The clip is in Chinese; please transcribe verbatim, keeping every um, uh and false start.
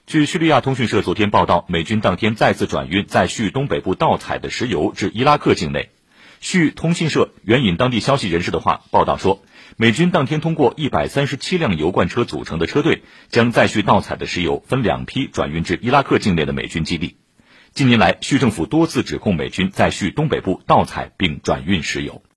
据叙利亚通讯社昨天报道，美军当天再次转运在叙东北部盗采的石油至伊拉克境内。叙通讯社援引当地消息人士的话报道说，美军当天通过一百三十七辆油罐车组成的车队，将在叙盗采的石油分两批转运至伊拉克境内的美军基地。近年来，叙政府多次指控美军在叙东北部盗采并转运石油。